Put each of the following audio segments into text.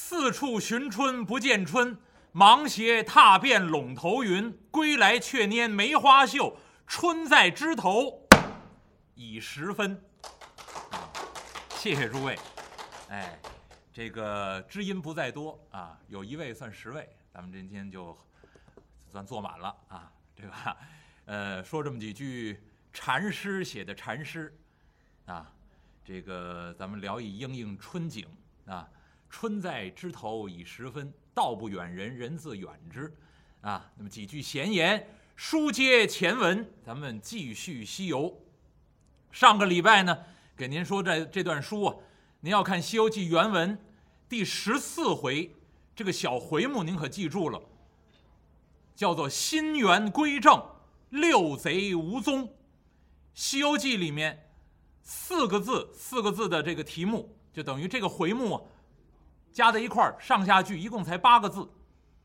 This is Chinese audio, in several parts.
四处寻春不见春，忙携踏遍陇头云。归来却拈梅花秀，春在枝头已时分。谢谢诸位。这个知音不在多啊，有一位算10位，咱们今天就算坐满了啊。这个说这么几句禅诗写的禅诗啊，这个咱们聊以应春景啊。春在枝头已时分，道不远人，人自远之啊。那么几句闲言，书接前文，咱们继续西游。上个礼拜呢，给您说这段书啊，您要看《西游记》原文第14回，这个小回目您可记住了，叫做心猿归正，六贼无踪。《西游记》里面4个字的这个题目，就等于这个回目啊加在一块儿，上下句一共才8个字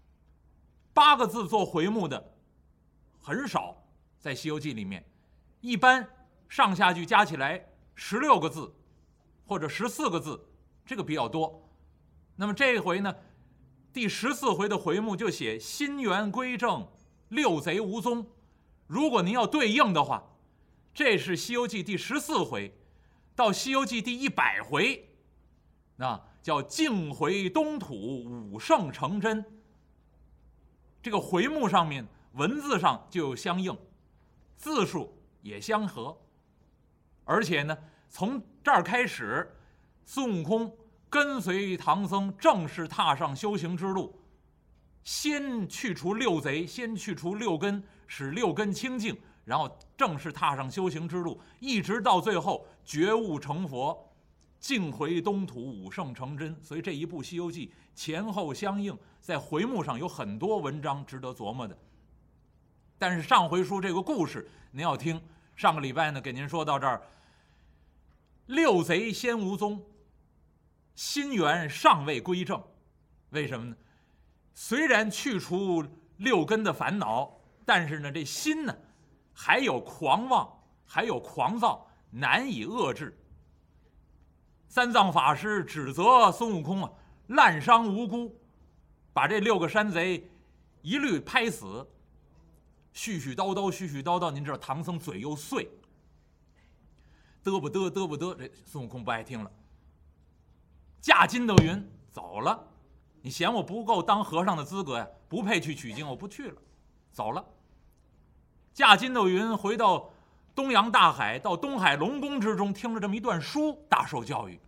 ，8个字做回目的很少，在《西游记》里面，一般上下句加起来16个字或者14个字，这个比较多。那么这回呢，第14回的回目就写心猿归正，六贼无踪。如果您要对应的话，这是《西游记》第14回，到《西游记》第100回，那叫径回东土，武圣成真。这个回目上面文字上就有相应，字数也相合，而且呢，从这儿开始，孙悟空跟随唐僧正式踏上修行之路，先去除六贼，先去除六根，使六根清净，然后正式踏上修行之路，一直到最后觉悟成佛，径回东土，武圣成真。所以这一部《西游记》前后相应，在回目上有很多文章值得琢磨的。但是上回书这个故事您要听，上个礼拜呢给您说到这儿，六贼先无踪，心猿尚未归正。为什么呢？虽然去除六根的烦恼，但是呢这心呢还有狂妄，还有狂躁，难以遏制。三藏法师指责孙悟空啊滥伤无辜，把这6个山贼一律拍死，絮絮叨叨，您知道唐僧嘴又碎，嘚不嘚，这孙悟空不爱听了。驾筋斗云走了，你嫌我不够当和尚的资格呀，不配去取经，我不去了，走了。驾筋斗云回到东洋大海，到东海龙宫之中，听了这么一段书，大受教育。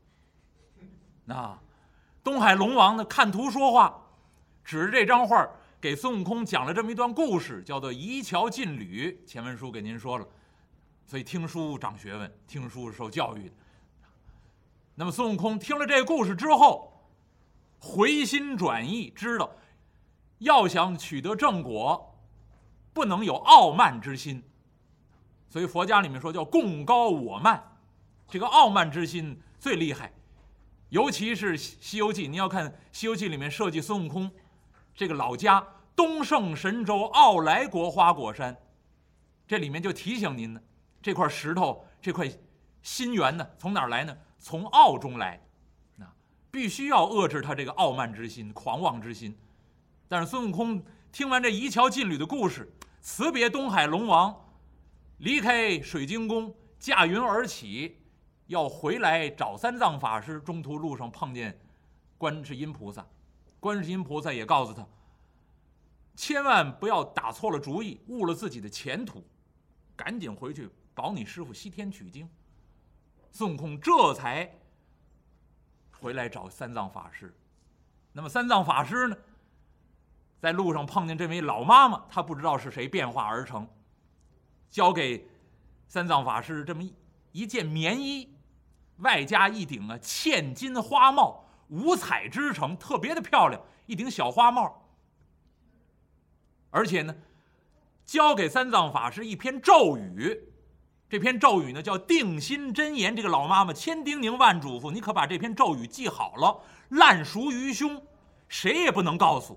东海龙王呢看图说话，指着这张画给孙悟空讲了这么一段故事，叫做移桥进旅。前文书给您说了，所以听书长学问，听书是受教育的。那么孙悟空听了这个故事之后，回心转意，知道要想取得正果，不能有傲慢之心。所以佛家里面说叫共高我慢，这个傲慢之心最厉害。尤其是《西游记》，您要看《西游记》里面设计孙悟空这个老家东胜神州傲来国花果山，这里面就提醒您呢，这块石头，这块心猿呢，从哪儿来呢？从傲中来，必须要遏制他这个傲慢之心、狂妄之心。但是孙悟空听完这移桥进旅的故事，辞别东海龙王，离开水晶宫，驾云而起，要回来找三藏法师。中途路上碰见观世音菩萨，观世音菩萨也告诉他，千万不要打错了主意，误了自己的前途，赶紧回去保你师父西天取经。孙悟空这才回来找三藏法师。那么三藏法师呢，在路上碰见这位老妈妈，他不知道是谁变化而成，交给三藏法师这么一件棉衣，外加一顶嵌金花帽，五彩织成，特别的漂亮，一顶小花帽。而且呢，交给三藏法师一篇咒语，这篇咒语呢叫定心真言。这个老妈妈千叮咛万嘱咐，你可把这篇咒语记好了，烂熟于胸，谁也不能告诉。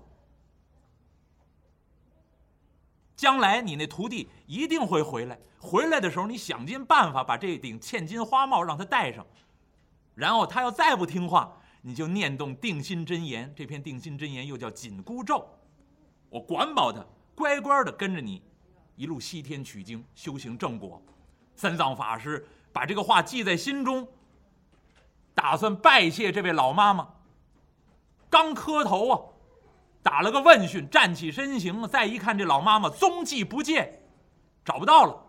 将来你那徒弟一定会回来，回来的时候你想尽办法把这顶嵌金花帽让他戴上，然后他要再不听话， 你就念动定心真言，这篇定心真言又叫紧箍咒，我管保他乖乖的跟着你一路西天取经，修行正果。三藏法师把这个话记在心中，打算拜谢这位老妈妈。刚磕头啊，打了个问讯，站起身形，再一看这老妈妈踪迹不见，找不到了。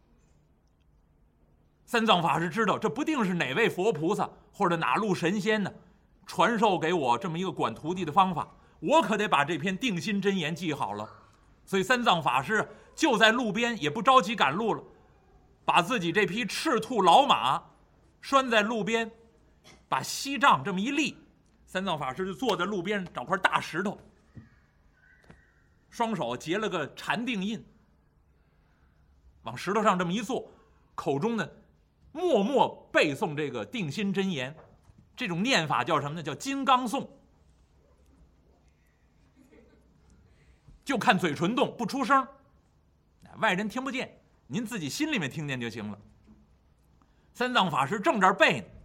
三藏法师知道这不定是哪位佛菩萨或者哪路神仙呢，传授给我这么一个管徒弟的方法，我可得把这篇定心真言记好了。所以三藏法师就在路边，也不着急赶路了，把自己这匹赤兔老马拴在路边，把锡杖这么一立，三藏法师就坐在路边，找块大石头，双手结了个禅定印，往石头上这么一坐，口中呢默默背诵这个定心真言。这种念法叫什么呢？叫金刚颂。就看嘴唇动，不出声，外人听不见，您自己心里面听见就行了。三藏法师正这儿背呢，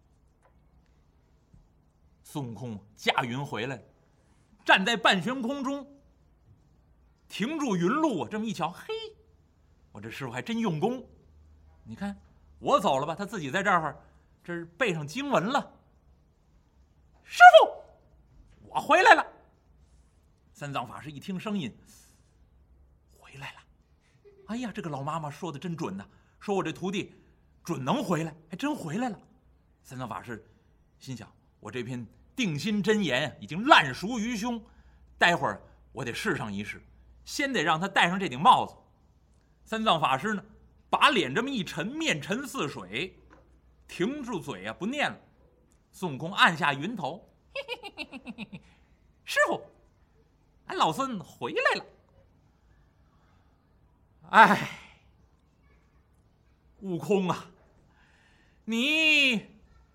孙悟空驾云回来了，站在半悬空中，停住云路啊，这么一瞧，嘿，我这师傅还真用功。你看我走了吧，他自己在这儿，这是背上经文了。师傅，我回来了。三藏法师一听声音，回来了。哎呀，这个老妈妈说的真准呐，说我这徒弟准能回来，还真回来了。三藏法师心想，我这篇定心真言已经烂熟于胸，待会儿我得试上一试，先得让他戴上这顶帽子。三藏法师呢，把脸这么一沉，面沉似水，停住嘴啊，不念了。孙悟空按下云头，嘿嘿嘿嘿嘿，师傅，俺老孙回来了。哎，悟空啊，你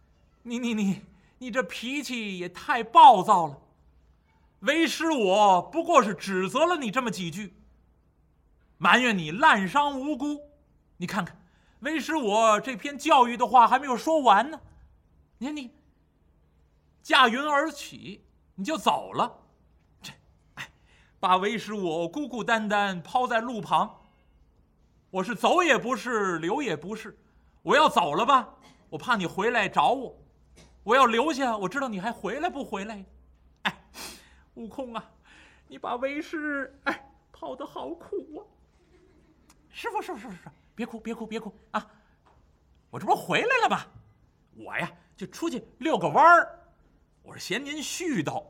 这脾气也太暴躁了。为师我不过是指责了你这么几句，埋怨你滥伤无辜。你看看，为师我这篇教育的话还没有说完呢，你驾云而起，你就走了。把为师我孤孤单单抛在路旁，我是走也不是，留也不是。我要走了吧，我怕你回来找我；我要留下，我知道你还回来不回来。哎，悟空啊，你把为师抛得好苦啊！师傅，别哭啊！我这不回来了吗？我呀就出去遛个弯儿，我是嫌您絮叨。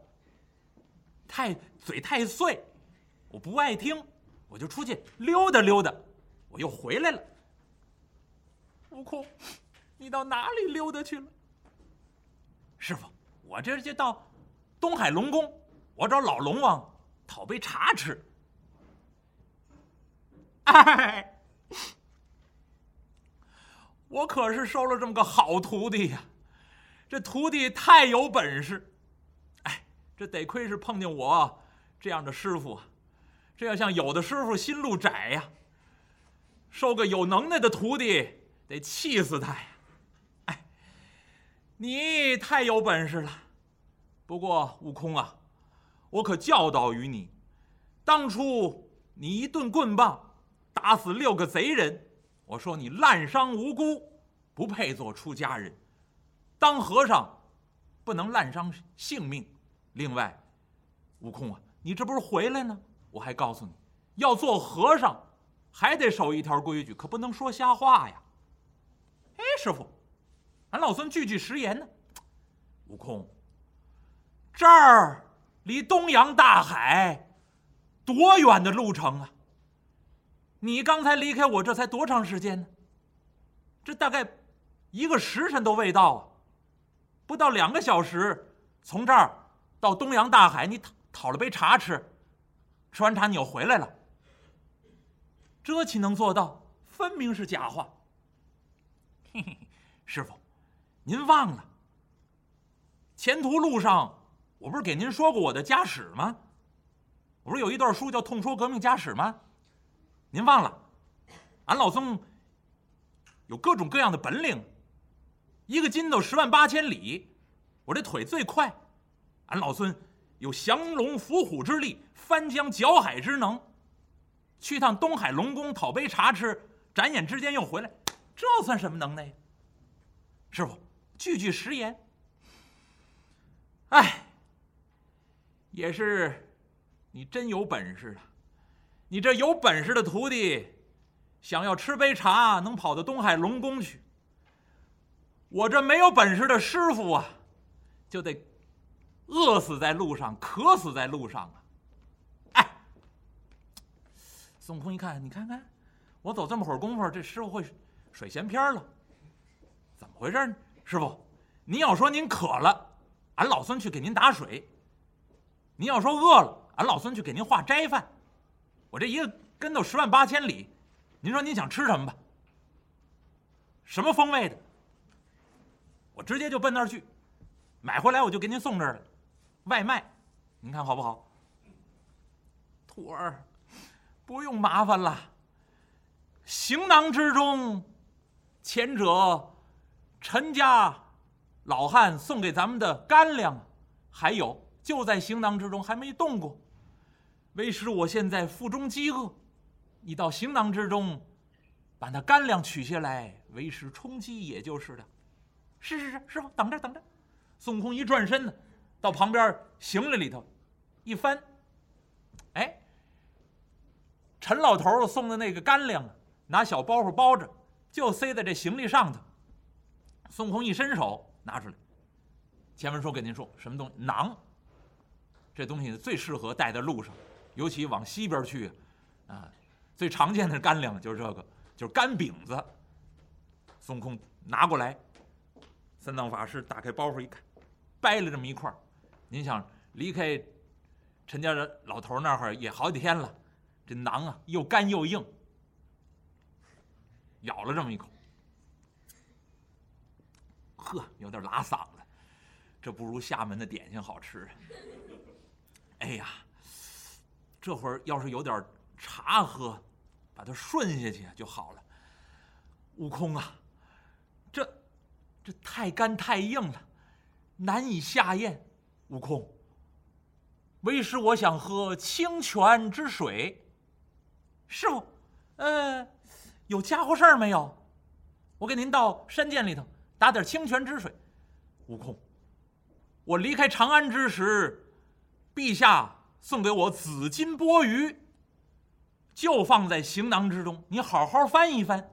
嘴太碎，我不爱听，我就出去溜达溜达，我又回来了。悟空，你到哪里溜达去了？师傅，我这就到东海龙宫，我找老龙王讨杯茶吃。哎，我可是收了这么个好徒弟呀，这徒弟太有本事。这得亏是碰见我这样的师傅啊！这要像有的师傅心路窄呀，收个有能耐的徒弟得气死他呀！哎，你太有本事了。不过悟空啊，我可教导于你，当初你一顿棍棒打死6个贼人，我说你滥伤无辜，不配做出家人。当和尚不能滥伤性命。另外，悟空啊，你这不是回来呢？我还告诉你，要做和尚，还得守一条规矩，可不能说瞎话呀。哎，师傅，俺老孙句句实言呢。悟空，这儿离东洋大海多远的路程啊？你刚才离开我这才多长时间呢？这大概1个时辰都未到啊，不到2个小时，从这儿到东洋大海，你讨了杯茶吃，吃完茶你又回来了，这岂能做到？分明是假话。嘿嘿，师傅，您忘了，前途路上我不是给您说过我的家史吗？我不是有一段书叫《痛说革命家史》吗？您忘了？俺老孙有各种各样的本领，一个筋斗10万8千里。 我这腿最快，俺老孙有降龙伏虎之力，翻江搅海之能。去趟东海龙宫讨杯茶吃，转眼之间又回来，这算什么能耐呀？师傅，句句实言。哎，也是你真有本事啊！你这有本事的徒弟，想要吃杯茶，能跑到东海龙宫去。我这没有本事的师傅啊，就得饿死在路上，渴死在路上啊！哎，孙悟空一看，你看看，我走这么会儿功夫，这师傅会水闲篇了，怎么回事呢？师傅，您要说您渴了，俺老孙去给您打水；您要说饿了，俺老孙去给您化斋饭。我这一个跟头108000里，您说您想吃什么吧？什么风味的？我直接就奔那儿去，买回来我就给您送这儿了，外卖，您看好不好？徒儿，不用麻烦了。行囊之中，前者陈家老汉送给咱们的干粮，还有就在行囊之中，还没动过。为师我现在腹中饥饿，你到行囊之中把那干粮取下来，为师充饥也就是了。是，师傅，等着等着。孙悟空一转身呢，到旁边行李里头一翻，哎，陈老头送的那个干粮，拿小包袱包着，就塞在这行李上头。孙悟空一伸手拿出来，前文书跟您说什么东西？馕，这东西最适合带在路上，尤其往西边去啊，最常见的干粮就是这个，就是干饼子。孙悟空拿过来，三藏法师打开包袱一看，掰了这么一块。您想离开陈家的老头那儿也好几天了，这馕啊又干又硬，咬了这么一口，呵，有点拉嗓子，这不如厦门的点心好吃。哎呀，这会儿要是有点茶喝，把它顺下去就好了。悟空啊，这太干太硬了，难以下咽。悟空，为师我想喝清泉之水。师傅，有家伙事儿没有？我给您到山涧里头打点清泉之水。悟空，我离开长安之时，陛下送给我紫金钵盂，就放在行囊之中，你好好翻一翻。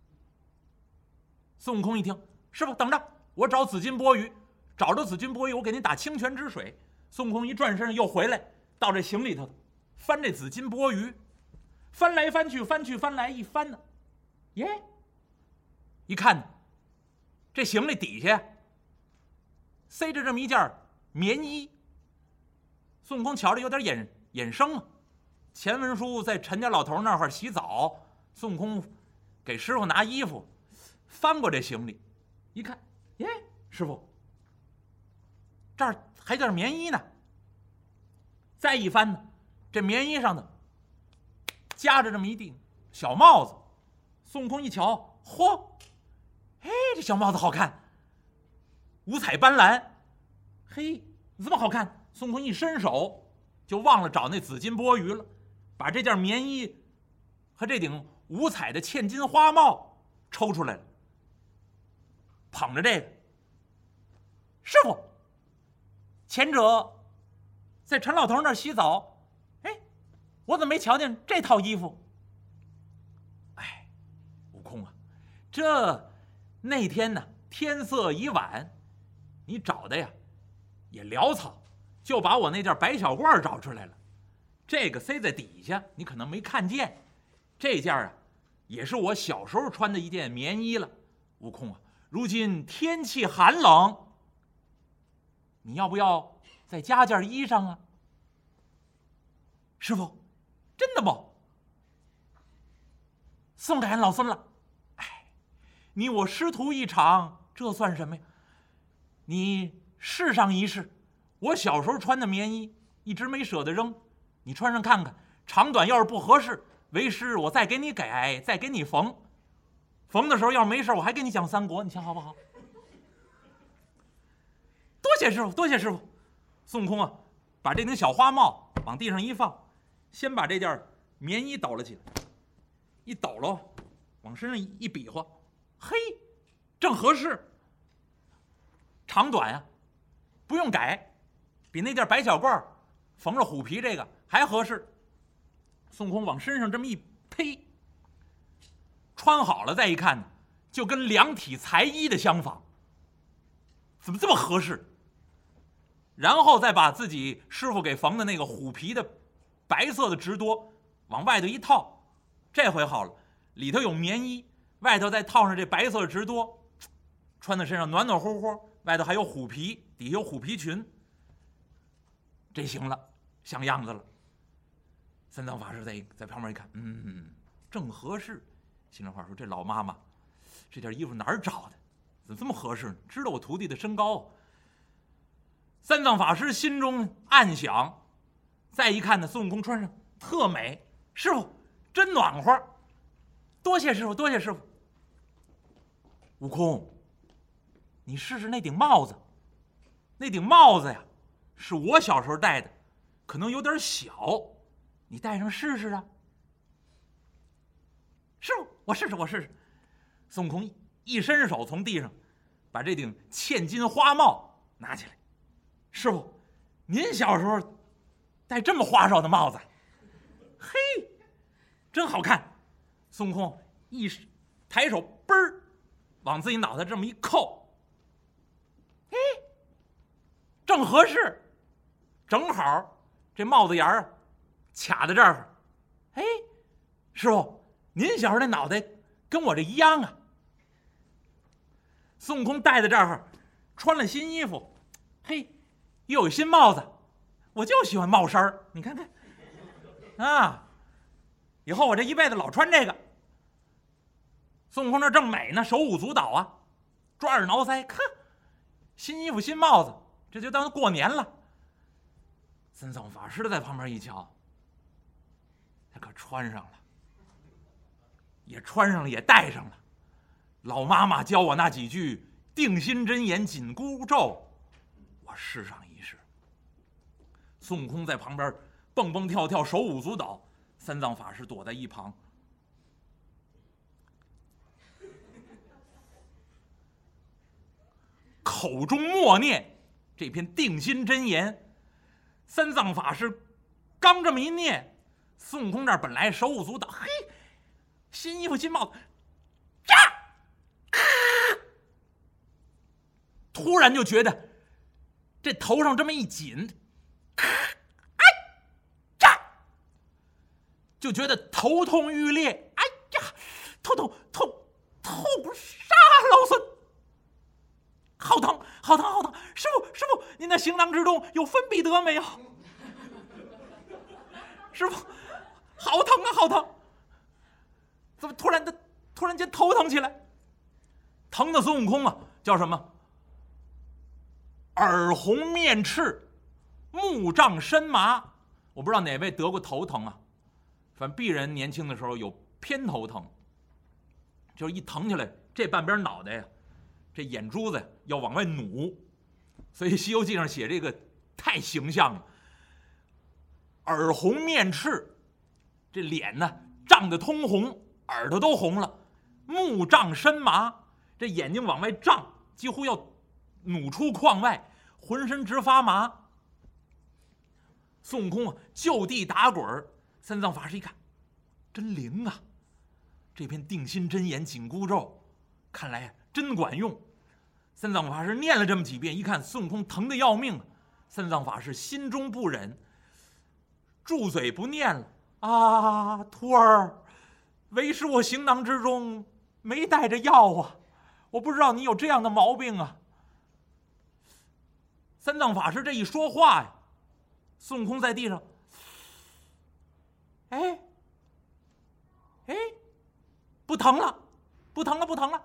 孙悟空一听，师傅等着，我找紫金钵盂，找着紫金钵盂，我给您打清泉之水。孙悟空一转身又回来，到这行里头翻这紫金钵盂，翻来翻去，翻去翻来，一翻呢，耶，一看呢，这行李底下塞着这么一件棉衣。孙悟空瞧着有点眼生啊。前文书在陈家老头那儿洗澡，孙悟空给师傅拿衣服，翻过这行李，一看，耶，师傅，这儿还有点棉衣呢。再一翻呢，这棉衣上呢夹着这么一顶小帽子。孙悟空一瞧，嚯，哎，这小帽子好看，五彩斑斓，嘿，这么好看。孙悟空一伸手就忘了找那紫金钵盂了，把这件棉衣和这顶五彩的嵌金花帽抽出来了，捧着这个，师傅，前者在陈老头那儿洗澡，哎，我怎么没瞧见这套衣服？哎，悟空啊，这那天呢天色已晚，你找的呀也潦草，就把我那件白小褂找出来了。这个塞在底下，你可能没看见。这件啊，也是我小时候穿的一件棉衣了。悟空啊，如今天气寒冷，你要不要再加件衣裳啊？师傅，真的不？送给俺老孙了。哎，你我师徒一场，这算什么呀？你试上一试，我小时候穿的棉衣一直没舍得扔，你穿上看看，长短要是不合适，为师我再给你改，再给你缝。缝的时候要是没事，我还给你讲三国，你想好不好？对谢师傅，多谢师傅。孙悟空啊，把这顶小花帽往地上一放，先把这件棉衣抖了起来，一抖了，往身上一比划，嘿，正合适。长短呀，不用改，比那件白小褂缝着虎皮这个还合适。孙悟空往身上这么一披，穿好了再一看呢，就跟量体裁衣的相仿，怎么这么合适？然后再把自己师傅给缝的那个虎皮的白色的直多往外头一套，这回好了，里头有棉衣，外头再套上这白色的直多，穿在身上暖暖和和，外头还有虎皮，底下有虎皮裙，这行了，像样子了。三藏法师在旁边一看，正合适。心里话说，这老妈妈这件衣服哪儿找的？怎么这么合适呢？知道我徒弟的身高啊。三藏法师心中暗想，再一看呢，孙悟空穿上特美，师傅真暖和，多谢师傅，多谢师傅。悟空，你试试那顶帽子，那顶帽子呀，是我小时候戴的，可能有点小，你戴上试试啊。师傅，我试试，我试试。孙悟空一伸手从地上把这顶嵌金花帽拿起来。师傅，您小时候戴这么花哨的帽子，嘿，真好看。孙悟空一抬手，嘣儿，往自己脑袋这么一扣，哎，正合适，正好这帽子沿儿卡在这儿。哎，师傅，您小时候那脑袋跟我这一样啊。孙悟空戴在这儿，穿了新衣服，嘿，又有新帽子，我就喜欢帽衫儿，你看看啊，以后我这一辈子老穿这个。孙悟空这正美呢，手舞足蹈啊，抓耳挠腮，看新衣服新帽子，这就当过年了。三藏法师在旁边一瞧，他可穿上了，也穿上了，也戴上了。老妈妈教我那几句定心真言紧箍咒，我试上一试。孙悟空在旁边蹦蹦跳跳，手舞足蹈，三藏法师躲在一旁，口中默念这篇定心真言。三藏法师刚这么一念，孙悟空这儿本来手舞足蹈，嘿，新衣服新帽子，炸！突然就觉得这头上这么一紧，哎，炸！就觉得头痛欲裂，哎呀，痛不杀老孙！好疼，好疼，好疼！师傅，您的行囊之中有粉笔得没有？师傅，好疼啊，好疼！怎么突然间头疼起来？疼的孙悟空啊，叫什么？耳红面赤，目胀身麻。我不知道哪位得过头疼啊？反正鄙人年轻的时候有偏头疼，就是一疼起来，这半边脑袋呀，这眼珠子要往外努，所以《西游记》上写这个太形象了。耳红面赤，这脸呢胀得通红，耳朵都红了，目胀身麻，这眼睛往外胀，几乎要努出眶外，浑身直发麻。孙悟空啊，就地打滚。三藏法师一看，真灵啊！这篇定心真言紧箍咒，看来真管用。三藏法师念了这么几遍，一看孙悟空疼得要命，三藏法师心中不忍，住嘴不念了。啊，徒儿，为师我行囊之中没带着药啊，我不知道你有这样的毛病啊。三藏法师这一说话呀，孙悟空在地上，哎，不疼了，不疼了。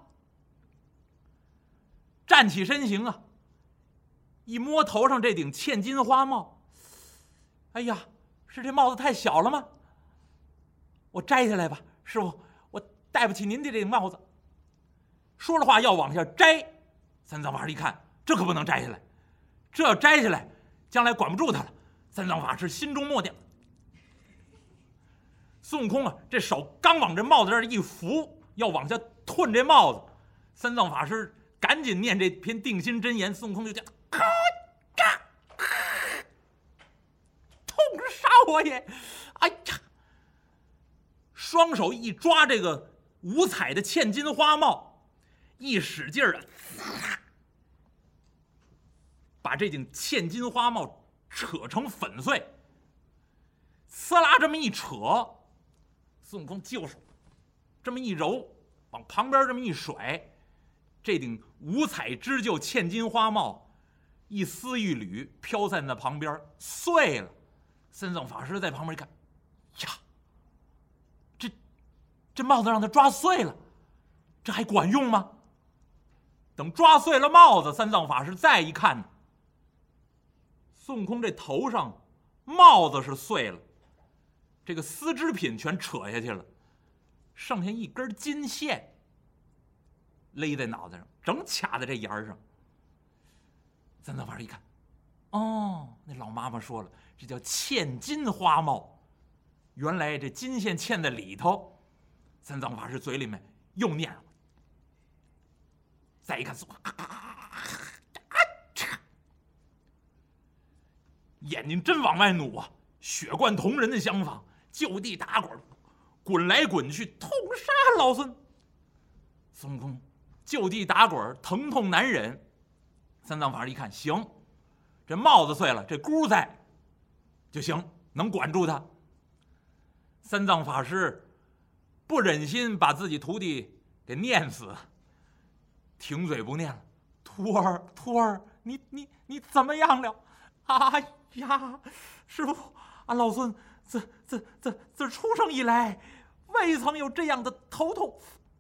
站起身形啊，一摸头上这顶嵌金花帽，哎呀，是这帽子太小了吗？我摘下来吧，师傅，我戴不起您的这顶帽子。说着话要往下摘，三藏法师一看，这可不能摘下来， 这要摘下来，将来管不住他了。三藏法师心中默念。孙悟空啊，这手刚往这帽子这儿一扶，要往下吞这帽子，三藏法师赶紧念这篇定心真言，孙悟空就叫痛杀我也！哎呀，双手一抓这个五彩的嵌金花帽，一使劲儿啊，把这顶嵌金花帽扯成粉碎。呲啦这么一扯，孙悟空就手这么一揉，往旁边这么一甩，这顶五彩织就嵌金花帽一丝一缕飘散在旁边碎了。三藏法师在旁边一看，呀，这帽子让他抓碎了，这还管用吗？等抓碎了帽子，三藏法师再一看，孙悟空这头上帽子是碎了，这个丝织品全扯下去了，剩下一根金线勒在脑袋上，正卡在这沿上。三藏法师一看，哦，那老妈妈说了，这叫嵌金花帽，原来这金线嵌在里头。三藏法师嘴里面又念了，再一看，眼睛真往外努啊，血贯瞳仁的相仿，就地打滚，滚来滚去，痛杀老孙。孙悟空就地打滚，疼痛难忍。三藏法师一看，行，这帽子碎了，这箍在就行，能管住他。三藏法师不忍心把自己徒弟给念死，停嘴不念了。徒儿，你怎么样了？哎呀，师父啊，老孙自出生以来，未曾有这样的头痛。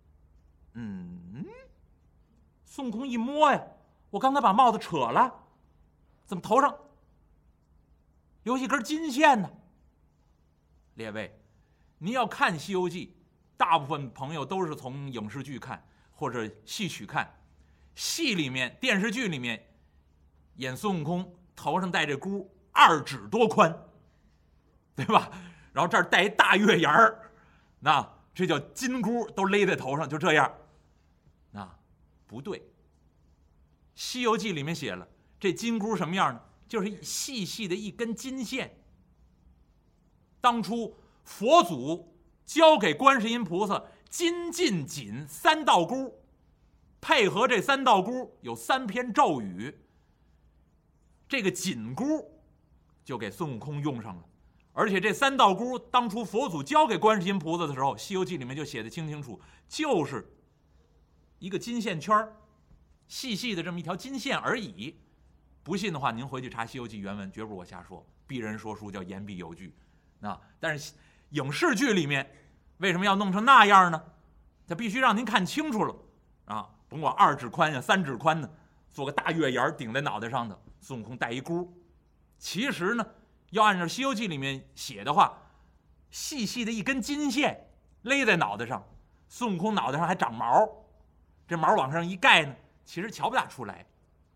孙悟空一摸呀，我刚才把帽子扯了，怎么头上留一根金线呢？列位，您要看《西游记》，大部分朋友都是从影视剧看或者戏曲看。戏里面、电视剧里面演孙悟空头上戴这箍2指多宽，对吧？然后这儿戴一大月牙儿，那这叫金箍，都勒在头上，就这样。那不对，《西游记》里面写了，这金箍什么样呢？就是细细的一根金线。当初佛祖交给观世音菩萨金进紧3道箍，配合这3道箍有3篇咒语，这个紧箍就给孙悟空用上了。而且这3道箍当初佛祖交给观世音菩萨的时候，《西游记》里面就写得清清楚，就是一个金线圈，细细的这么一条金线而已。不信的话，您回去查《西游记》原文，绝不是我瞎说，鄙人说书叫言必有据。但是影视剧里面为什么要弄成那样呢？它必须让您看清楚了啊！甭管2指宽呀、3指宽的，做个大月牙顶在脑袋上的，孙悟空戴一箍。其实呢，要按照《西游记》里面写的话，细细的一根金线勒在脑袋上，孙悟空脑袋上还长毛，这毛往上一盖呢，其实瞧不大出来，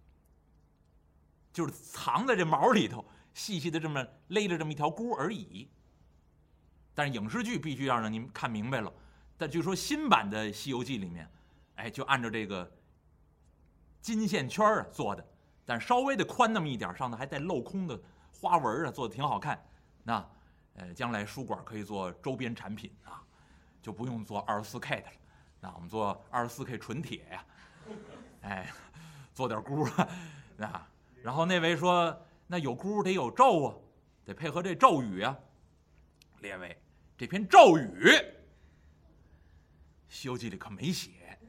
就是藏在这毛里头，细细的这么勒着这么一条箍而已。但是影视剧必须要让您看明白了。但据说新版的《西游记》里面，就按照这个金线圈做的，但是稍微的宽那么一点，上头还带镂空的花纹做的挺好看。那将来书馆可以做周边产品啊，就不用做24K 的了。那我们做24K 纯铁呀，做点箍啊。然后那位说，那有箍得有咒啊，得配合这咒语啊。列位，这篇咒语《西游记》里可没写，